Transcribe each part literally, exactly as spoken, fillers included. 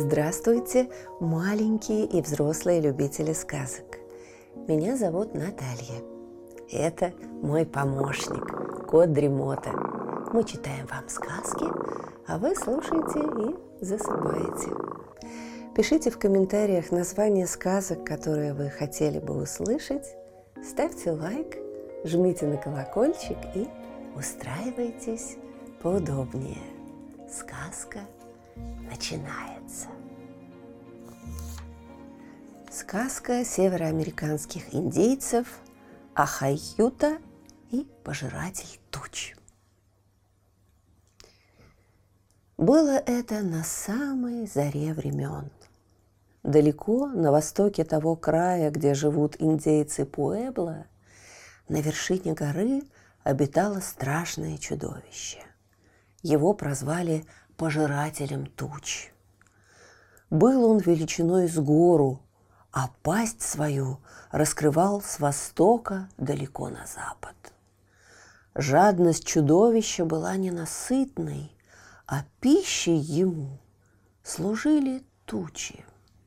Здравствуйте, маленькие и взрослые любители сказок. Меня зовут Наталья. Это мой помощник, кот Дремота. Мы читаем вам сказки, а вы слушаете и засыпаете. Пишите в комментариях названия сказок, которые вы хотели бы услышать. Ставьте лайк, жмите на колокольчик и устраивайтесь поудобнее. Сказка начинается. Сказка североамериканских индейцев Ахайюта и пожиратель туч. Было это на самой заре времен. Далеко на востоке того края, где живут индейцы Пуэбло, на вершине горы обитало страшное чудовище. Его прозвали пожирателем туч. Был он величиной с гору, а пасть свою раскрывал с востока далеко на запад. Жадность чудовища была ненасытной, а пищей ему служили тучи.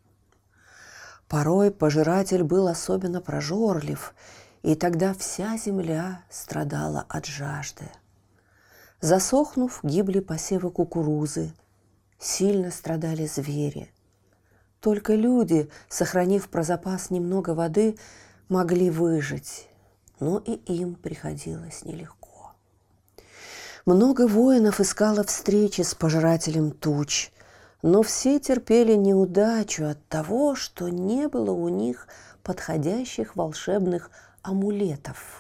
Порой пожиратель был особенно прожорлив, и тогда вся земля страдала от жажды. Засохнув, гибли посевы кукурузы, сильно страдали звери. Только люди, сохранив про запас немного воды, могли выжить, но и им приходилось нелегко. Много воинов искало встречи с пожирателем туч, но все терпели неудачу от того, что не было у них подходящих волшебных амулетов.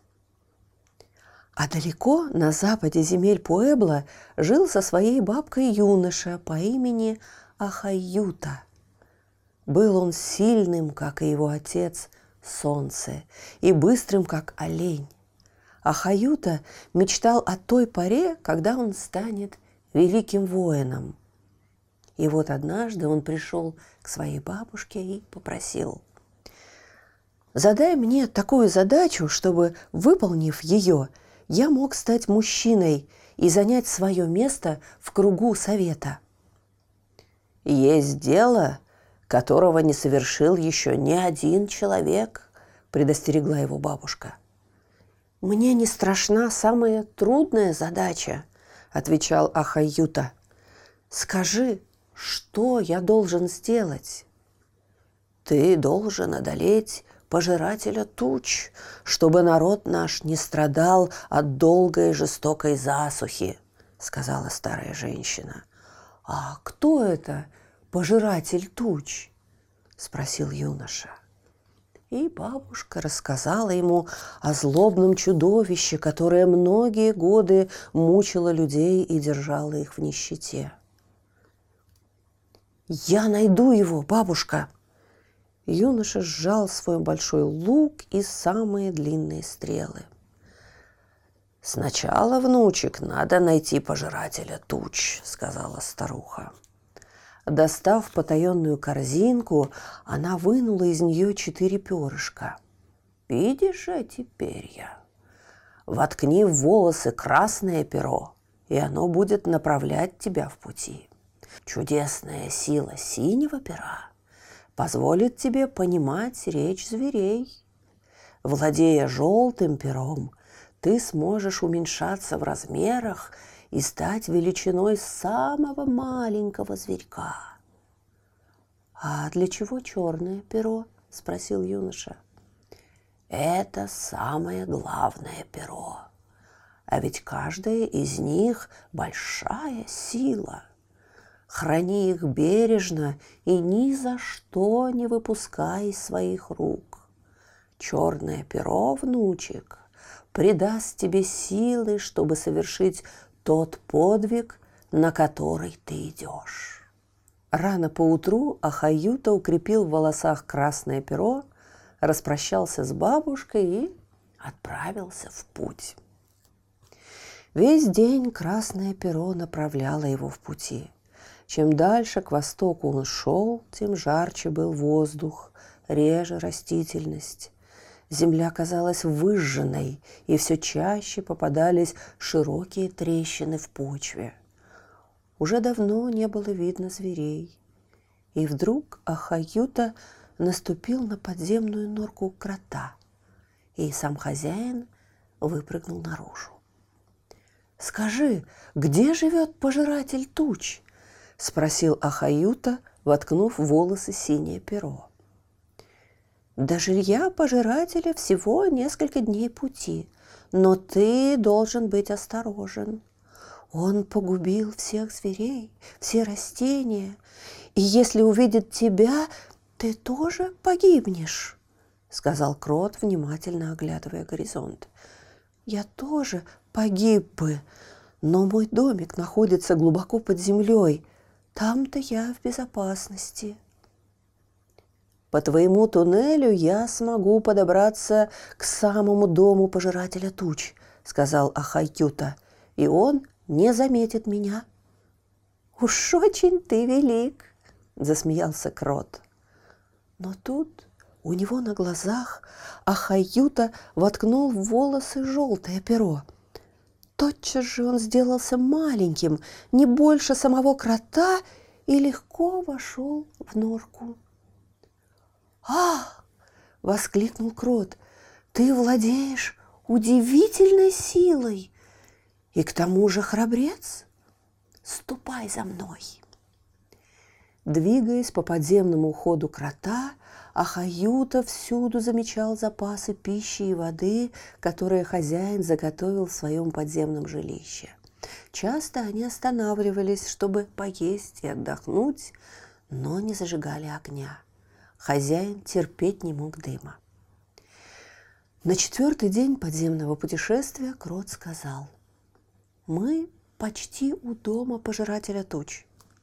А далеко на западе земель Пуэбло жил со своей бабкой юноша по имени Ахайюта. Был он сильным, как и его отец, Солнце, и быстрым, как олень. Ахайюта мечтал о той поре, когда он станет великим воином. И вот однажды он пришел к своей бабушке и попросил: «Задай мне такую задачу, чтобы, выполнив ее, я мог стать мужчиной и занять свое место в кругу совета». «Есть дело, которого не совершил еще ни один человек», – предостерегла его бабушка. «Мне не страшна самая трудная задача», – отвечал Ахайюта. «Скажи, что я должен сделать?» «Ты должен одолеть пожирателя туч, чтобы народ наш не страдал от долгой жестокой засухи», — сказала старая женщина. «А кто это пожиратель туч?» — спросил юноша. И бабушка рассказала ему о злобном чудовище, которое многие годы мучило людей и держало их в нищете. «Я найду его, бабушка!» Юноша сжал свой большой лук и самые длинные стрелы. «Сначала, внучек, надо найти пожирателя туч», — сказала старуха. Достав потаенную корзинку, она вынула из нее четыре перышка. «Видишь эти перья? Воткни в волосы красное перо, и оно будет направлять тебя в пути. Чудесная сила синего пера позволит тебе понимать речь зверей. Владея желтым пером, ты сможешь уменьшаться в размерах и стать величиной самого маленького зверька». «А для чего черное перо?» – спросил юноша. «Это самое главное перо. А ведь каждая из них большая сила. Храни их бережно и ни за что не выпускай из своих рук. Черное перо, внучек, придаст тебе силы, чтобы совершить тот подвиг, на который ты идешь». Рано поутру Ахайюта укрепил в волосах красное перо, распрощался с бабушкой и отправился в путь. Весь день красное перо направляло его в пути. Чем дальше к востоку он шел, тем жарче был воздух, реже растительность. Земля казалась выжженной, и все чаще попадались широкие трещины в почве. Уже давно не было видно зверей. И вдруг Ахаюта наступил на подземную норку крота, и сам хозяин выпрыгнул наружу. «Скажи, где живет пожиратель туч?» – спросил Ахаюта, воткнув в волосы синее перо. «До жилья пожирателя всего несколько дней пути, но ты должен быть осторожен. Он погубил всех зверей, все растения, и если увидит тебя, ты тоже погибнешь», — сказал крот, внимательно оглядывая горизонт. «Я тоже погиб бы, но мой домик находится глубоко под землей. Там-то я в безопасности». «По твоему туннелю я смогу подобраться к самому дому пожирателя туч», — сказал Ахаюта, — «и он не заметит меня». «Уж очень ты велик», — засмеялся крот. Но тут у него на глазах Ахаюта воткнул в волосы желтое перо. Тотчас же он сделался маленьким, не больше самого крота, и легко вошел в норку. «Ах!» — воскликнул крот. «Ты владеешь удивительной силой и к тому же храбрец. Ступай за мной». Двигаясь по подземному ходу крота, Ахаюта всюду замечал запасы пищи и воды, которые хозяин заготовил в своем подземном жилище. Часто они останавливались, чтобы поесть и отдохнуть, но не зажигали огня. Хозяин терпеть не мог дыма. На четвертый день подземного путешествия крот сказал: «Мы почти у дома пожирателя туч».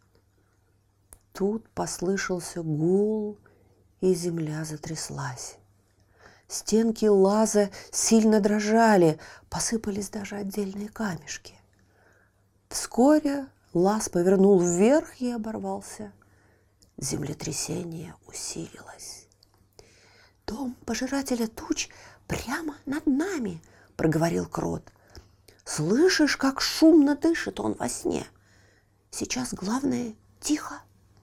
Тут послышался гул, и земля затряслась. Стенки лаза сильно дрожали, посыпались даже отдельные камешки. Вскоре лаз повернул вверх и оборвался. Землетрясение усилилось. «Дом пожирателя туч прямо над нами», — проговорил крот. «Слышишь, как шумно дышит он во сне? Сейчас главное — тихо».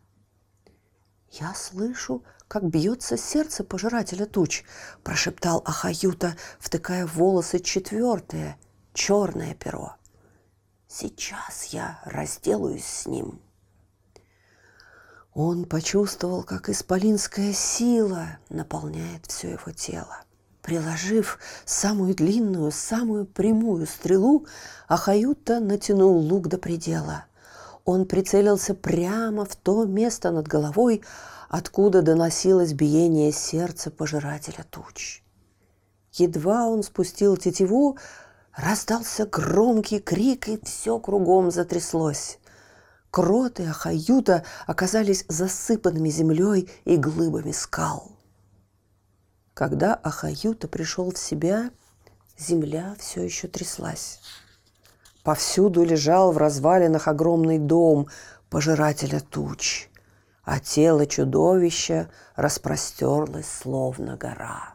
«Я слышу, как бьется сердце пожирателя туч», – прошептал Ахаюта, втыкая в волосы четвертое, черное перо. «Сейчас я разделаюсь с ним». Он почувствовал, как исполинская сила наполняет все его тело. Приложив самую длинную, самую прямую стрелу, Ахаюта натянул лук до предела. Он прицелился прямо в то место над головой, откуда доносилось биение сердца пожирателя туч. Едва он спустил тетиву, раздался громкий крик, и все кругом затряслось. Крот и Ахаюта оказались засыпанными землей и глыбами скал. Когда Ахаюта пришел в себя, земля все еще тряслась. Повсюду лежал в развалинах огромный дом пожирателя туч, а тело чудовища распростерлось, словно гора.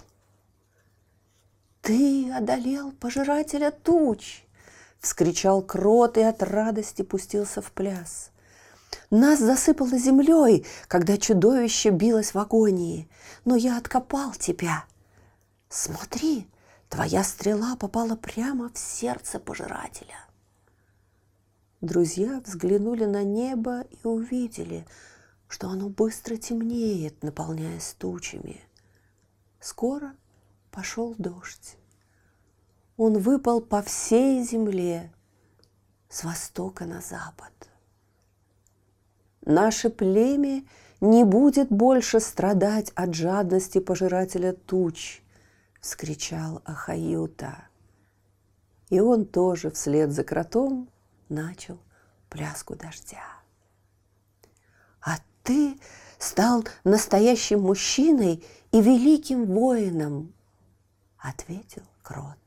«Ты одолел пожирателя туч!» — вскричал крот и от радости пустился в пляс. «Нас засыпало землей, когда чудовище билось в агонии, но я откопал тебя. Смотри, твоя стрела попала прямо в сердце пожирателя». Друзья взглянули на небо и увидели, что оно быстро темнеет, наполняясь тучами. Скоро пошел дождь. Он выпал по всей земле, с востока на запад. «Наше племя не будет больше страдать от жадности пожирателя туч», — вскричал Ахаюта. И он тоже вслед за кротом начал пляску дождя. «А ты стал настоящим мужчиной и великим воином», — ответил крот.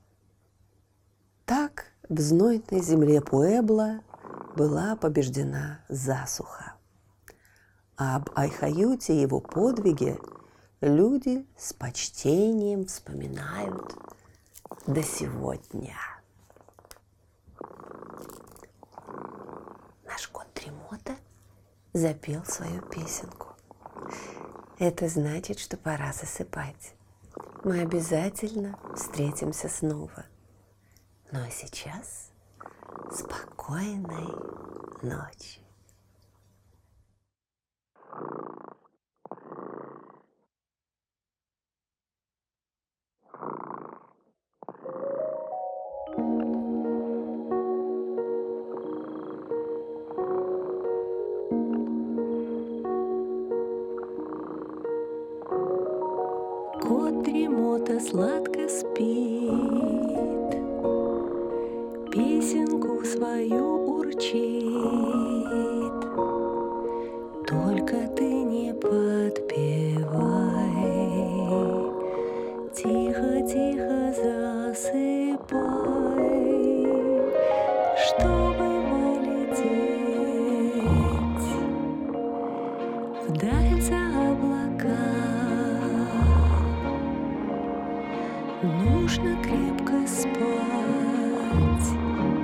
Так в знойной земле Пуэбла была побеждена засуха. А об Ахаюте и его подвиге люди с почтением вспоминают до сего дня. Наш кот Дремота запел свою песенку. Это значит, что пора засыпать. Мы обязательно встретимся снова. Ну а сейчас спокойной ночи. Кот дремота сладко спит, песенку свою урчит. Только ты не подпевай, тихо-тихо засыпай, чтобы полететь вдаль за облака. Нужно крепко спать,